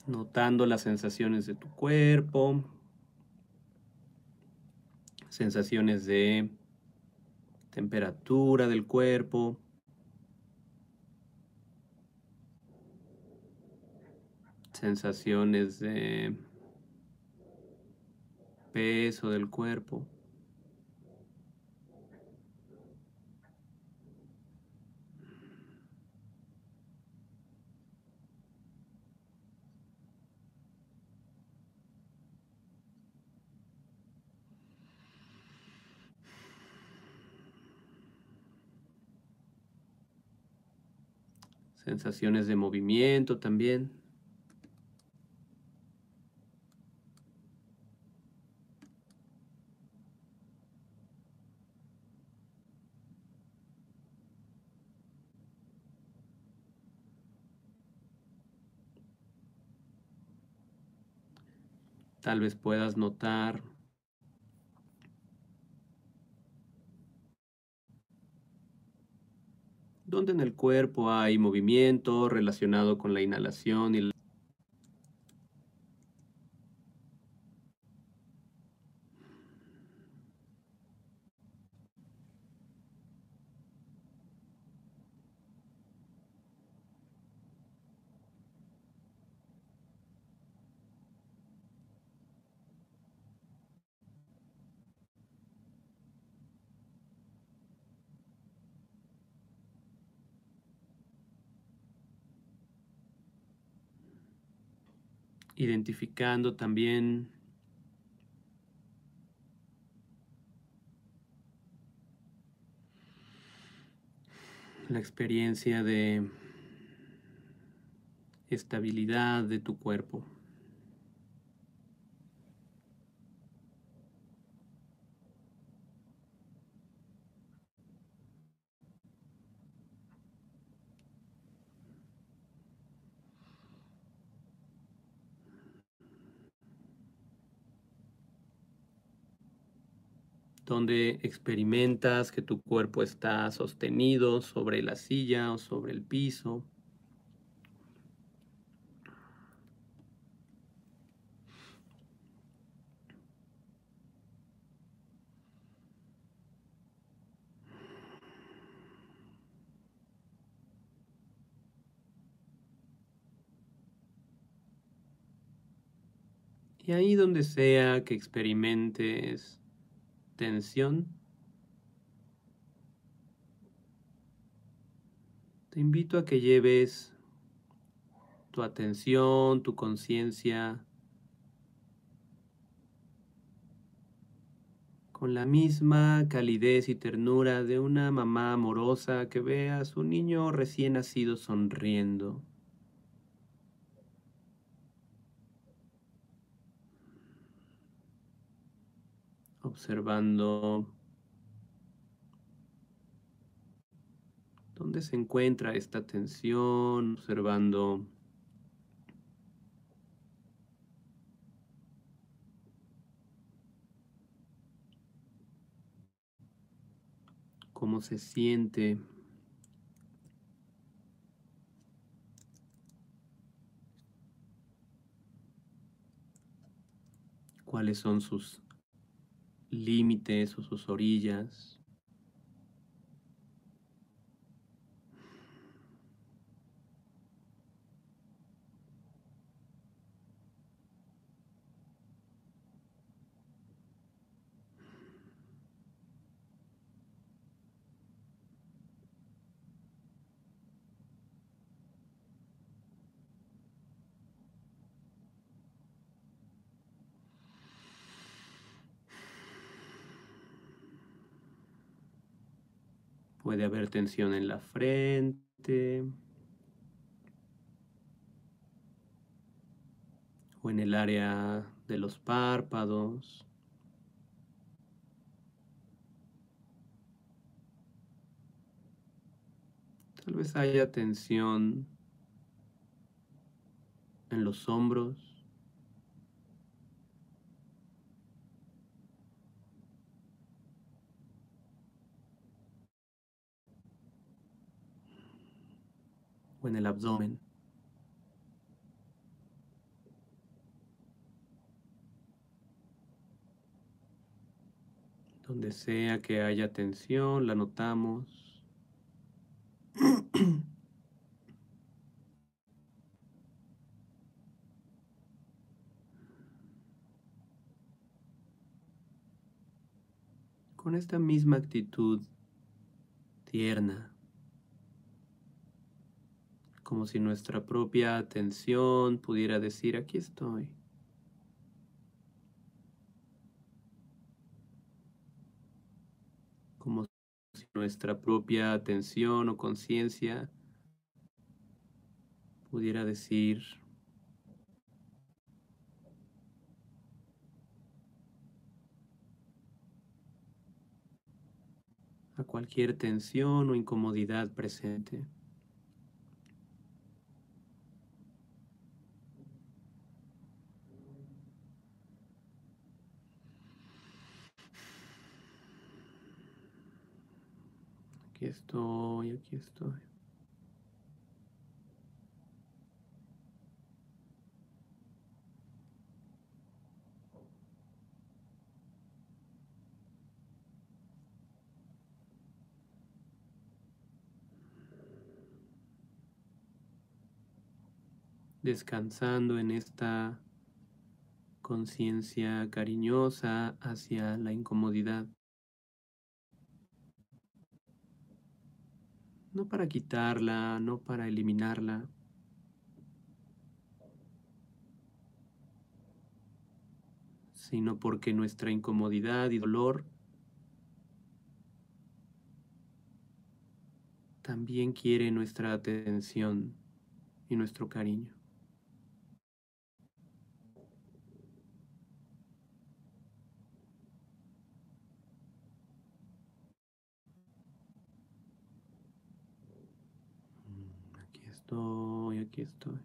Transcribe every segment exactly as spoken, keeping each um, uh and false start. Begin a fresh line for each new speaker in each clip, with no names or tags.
notando las sensaciones de tu cuerpo, sensaciones de temperatura del cuerpo, sensaciones de peso del cuerpo. Sensaciones de movimiento también. Tal vez puedas notar dónde en el cuerpo hay movimiento relacionado con la inhalación y la... identificando también la experiencia de estabilidad de tu cuerpo. Donde experimentas que tu cuerpo está sostenido sobre la silla o sobre el piso. Y ahí donde sea que experimentes tensión, te invito a que lleves tu atención, tu conciencia con la misma calidez y ternura de una mamá amorosa que ve a su niño recién nacido sonriendo, observando dónde se encuentra esta tensión, observando cómo se siente, cuáles son sus límites o sus orillas. Puede haber tensión en la frente o en el área de los párpados. Tal vez haya tensión en los hombros. O en el abdomen. Donde sea que haya tensión, la notamos. Con esta misma actitud tierna, como si nuestra propia atención pudiera decir, aquí estoy. Como si nuestra propia atención o conciencia pudiera decir, a cualquier tensión o incomodidad presente. Aquí estoy, aquí estoy. Descansando en esta conciencia cariñosa hacia la incomodidad. No para quitarla, no para eliminarla, sino porque nuestra incomodidad y dolor también quiere nuestra atención y nuestro cariño. Aquí estoy, aquí estoy.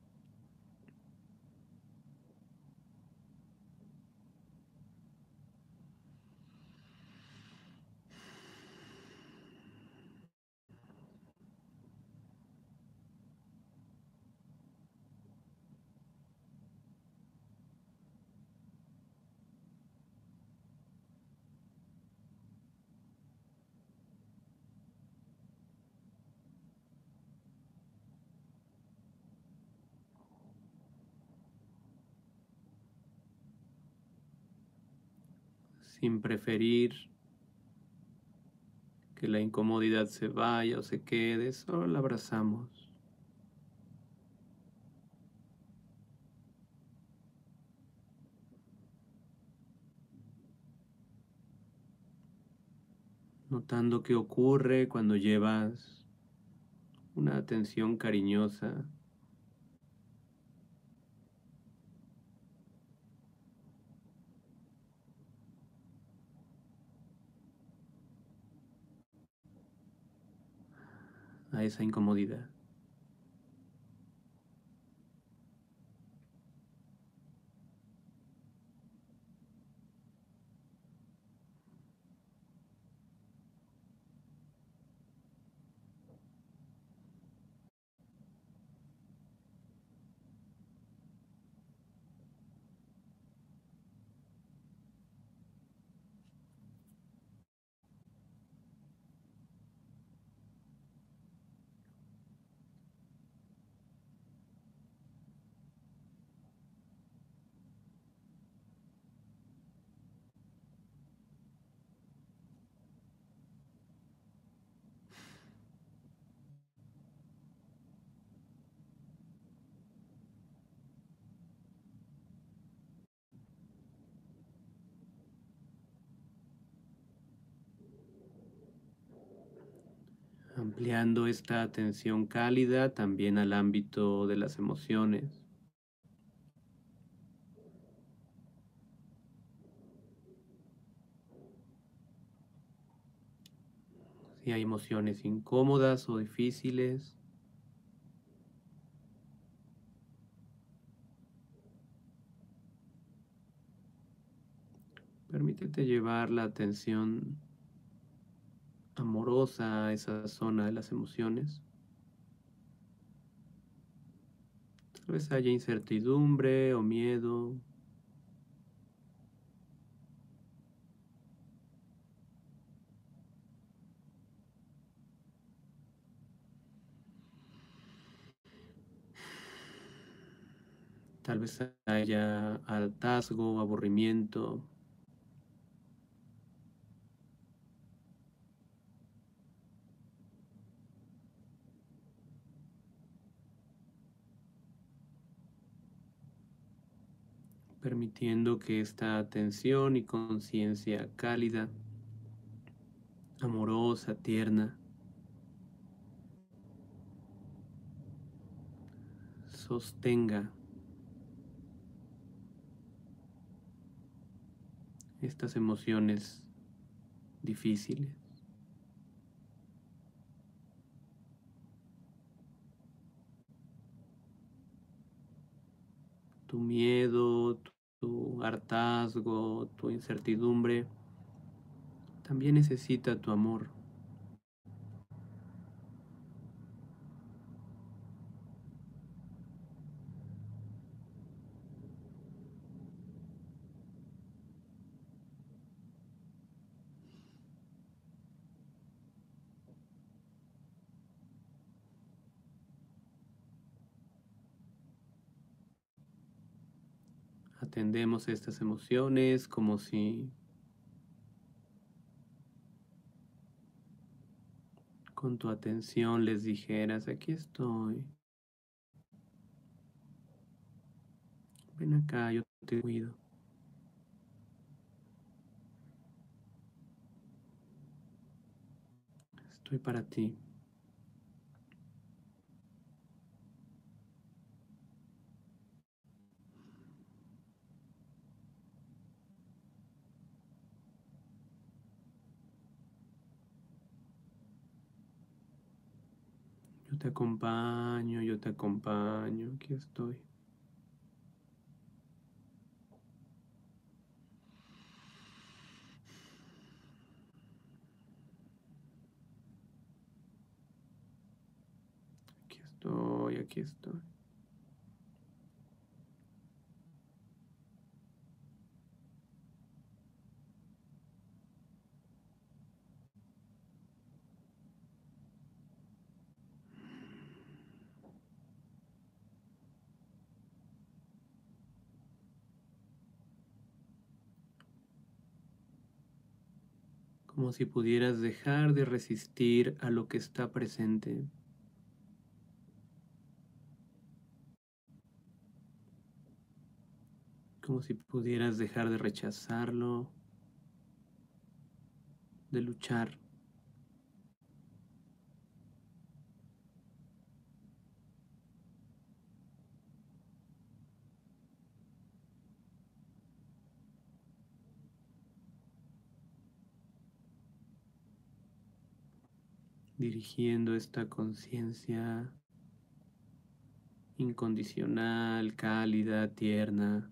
Sin preferir que la incomodidad se vaya o se quede, solo la abrazamos. Notando qué ocurre cuando llevas una atención cariñosa a esa incomodidad. Ampliando esta atención cálida también al ámbito de las emociones. Si hay emociones incómodas o difíciles, permítete llevar la atención amorosa a esa zona de las emociones. Tal vez haya incertidumbre o miedo. Tal vez haya hartazgo, aburrimiento. Permitiendo que esta atención y conciencia cálida, amorosa, tierna, sostenga estas emociones difíciles. Tu miedo, tu, tu hartazgo, tu incertidumbre, también necesita tu amor. Atendemos estas emociones como si con tu atención les dijeras, aquí estoy, ven acá, yo te cuido, estoy para ti. Yo te acompaño, yo te acompaño, aquí estoy. Aquí estoy, aquí estoy. Como si pudieras dejar de resistir a lo que está presente. Como si pudieras dejar de rechazarlo, de luchar. Dirigiendo esta conciencia incondicional, cálida, tierna.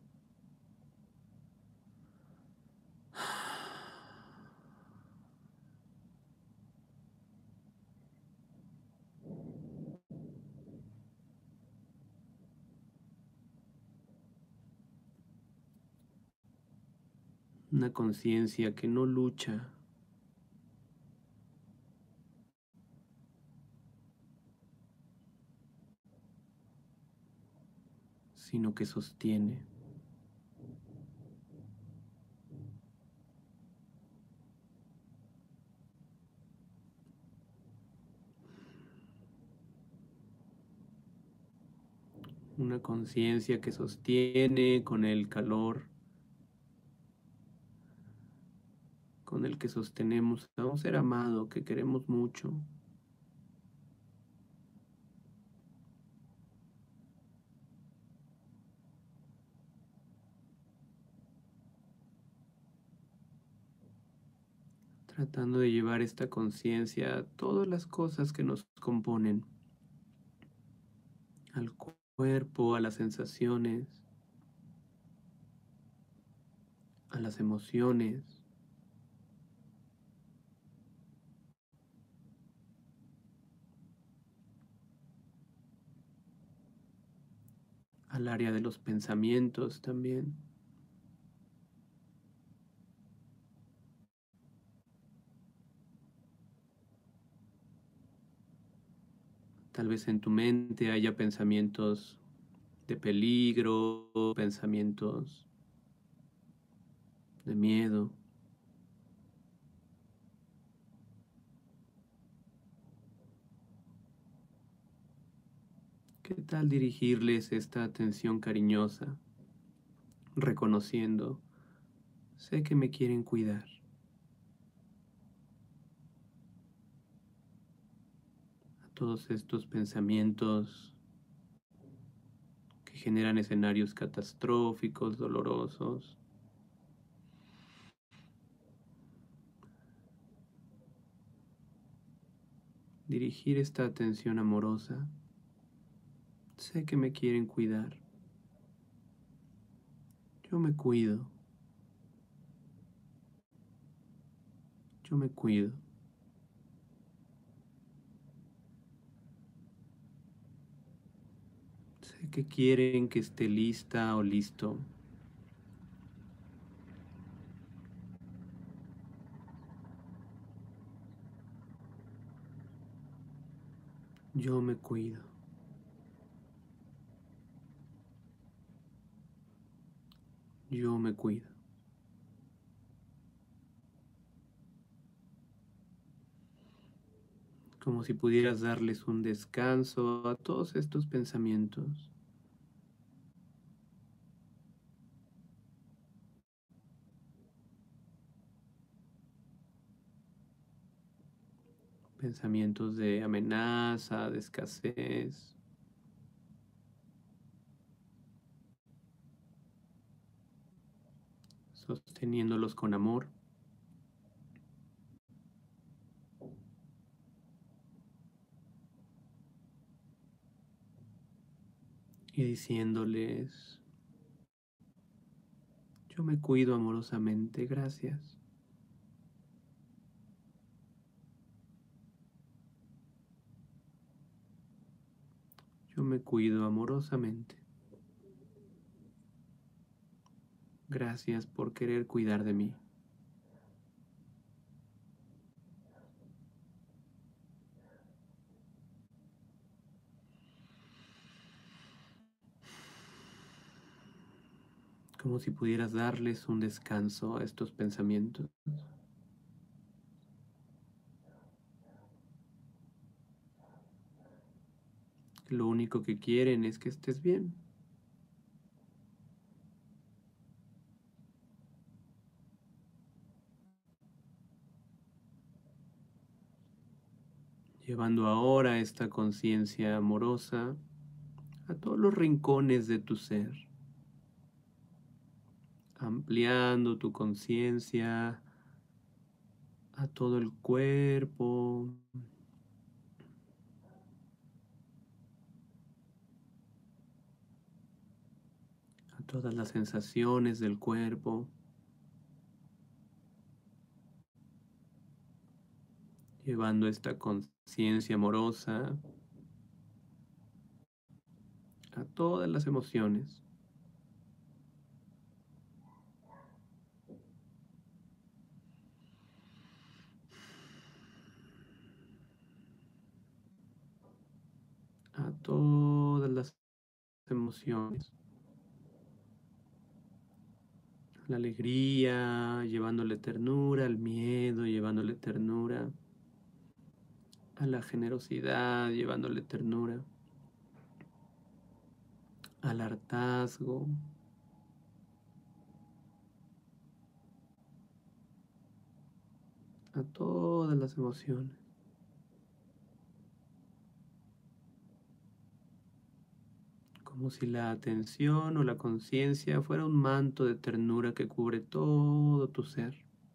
Una conciencia que no lucha, sino que sostiene. Una conciencia que sostiene con el calor con el que sostenemos a un ser amado que queremos mucho. Tratando de llevar esta conciencia a todas las cosas que nos componen, al cuerpo, a las sensaciones, a las emociones, al área de los pensamientos también. Tal vez en tu mente haya pensamientos de peligro, pensamientos de miedo. ¿Qué tal dirigirles esta atención cariñosa, reconociendo, sé que me quieren cuidar? A todos estos pensamientos que generan escenarios catastróficos, dolorosos. Dirigir esta atención amorosa. Sé que me quieren cuidar. Yo me cuido. Yo me cuido. Sé que quieren que esté lista o listo. Yo me cuido. Yo me cuido. Como si pudieras darles un descanso a todos estos pensamientos. Pensamientos de amenaza, de escasez. Sosteniéndolos con amor. Y diciéndoles, yo me cuido amorosamente, gracias. Yo me cuido amorosamente. Gracias por querer cuidar de mí. Como si pudieras darles un descanso a estos pensamientos. Lo único que quieren es que estés bien. Llevando ahora esta conciencia amorosa a todos los rincones de tu ser. Ampliando tu conciencia a todo el cuerpo, a todas las sensaciones del cuerpo, llevando esta conciencia amorosa a todas las emociones. A todas las emociones. La alegría, llevándole ternura, al miedo, llevándole ternura, a la generosidad, llevándole ternura, al hartazgo, a todas las emociones. Como si la atención o la conciencia fuera un manto de ternura que cubre todo tu ser,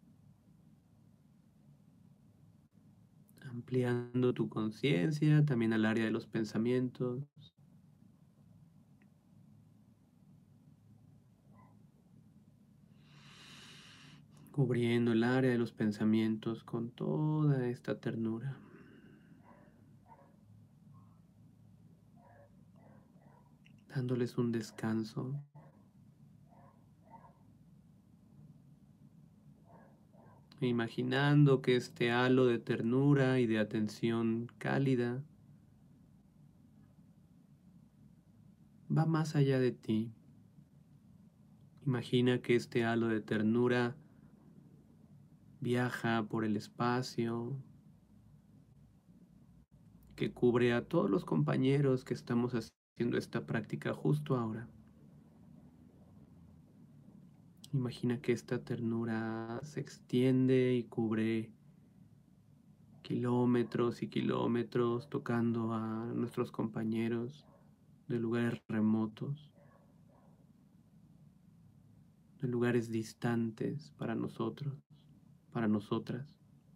ampliando tu conciencia también al área de los pensamientos. Cubriendo el área de los pensamientos con toda esta ternura. Dándoles un descanso. E imaginando que este halo de ternura y de atención cálida va más allá de ti. Imagina que este halo de ternura viaja por el espacio, que cubre a todos los compañeros que estamos haciendo esta práctica justo ahora. Imagina que esta ternura se extiende y cubre kilómetros y kilómetros, tocando a nuestros compañeros de lugares remotos, de lugares distantes para nosotros, para nosotras.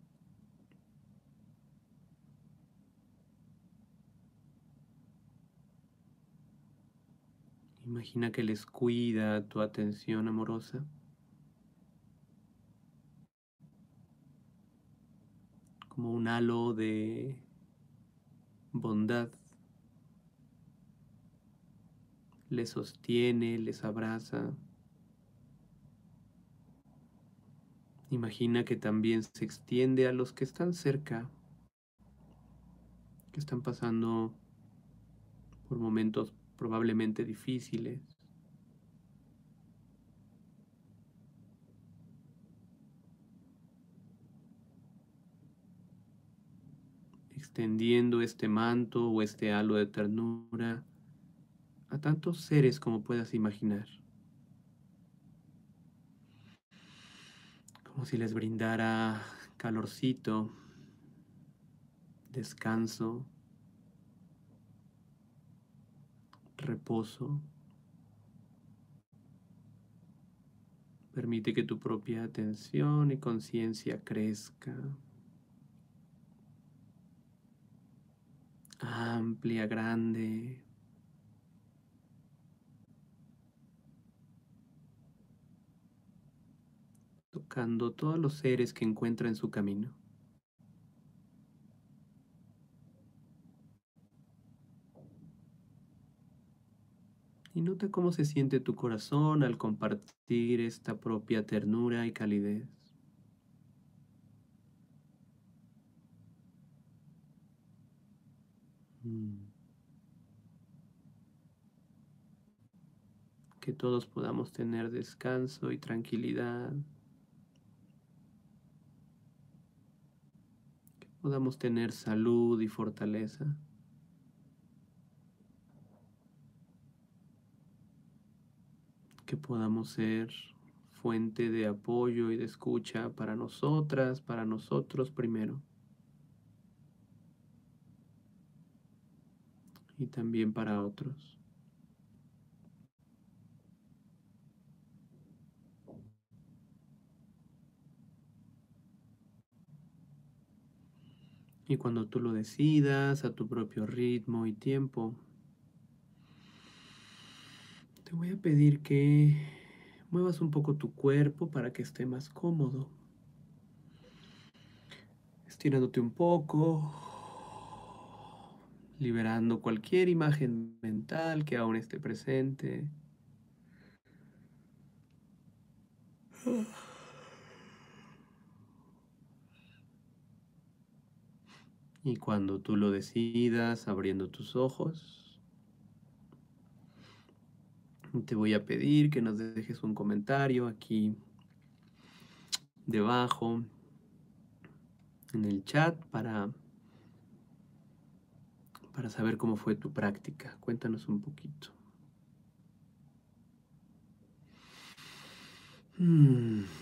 Imagina que les cuida tu atención amorosa, como un halo de bondad. Les sostiene, les abraza. Imagina que también se extiende a los que están cerca, que están pasando por momentos probablemente difíciles. Extendiendo este manto o este halo de ternura a tantos seres como puedas imaginar. Como si les brindara calorcito, descanso, reposo. Permite que tu propia atención y conciencia crezca, amplia, grande, tocando todos los seres que encuentra en su camino. Y nota cómo se siente tu corazón al compartir esta propia ternura y calidez. Mm. Que todos podamos tener descanso y tranquilidad. Que podamos tener salud y fortaleza. Que podamos ser fuente de apoyo y de escucha para nosotras, para nosotros primero. Y también para otros. Y cuando tú lo decidas, a tu propio ritmo y tiempo, te voy a pedir que muevas un poco tu cuerpo para que esté más cómodo. Estirándote un poco, liberando cualquier imagen mental que aún esté presente. Y cuando tú lo decidas, abriendo tus ojos, te voy a pedir que nos dejes un comentario aquí debajo en el chat para, para saber cómo fue tu práctica. Cuéntanos un poquito. Hmm.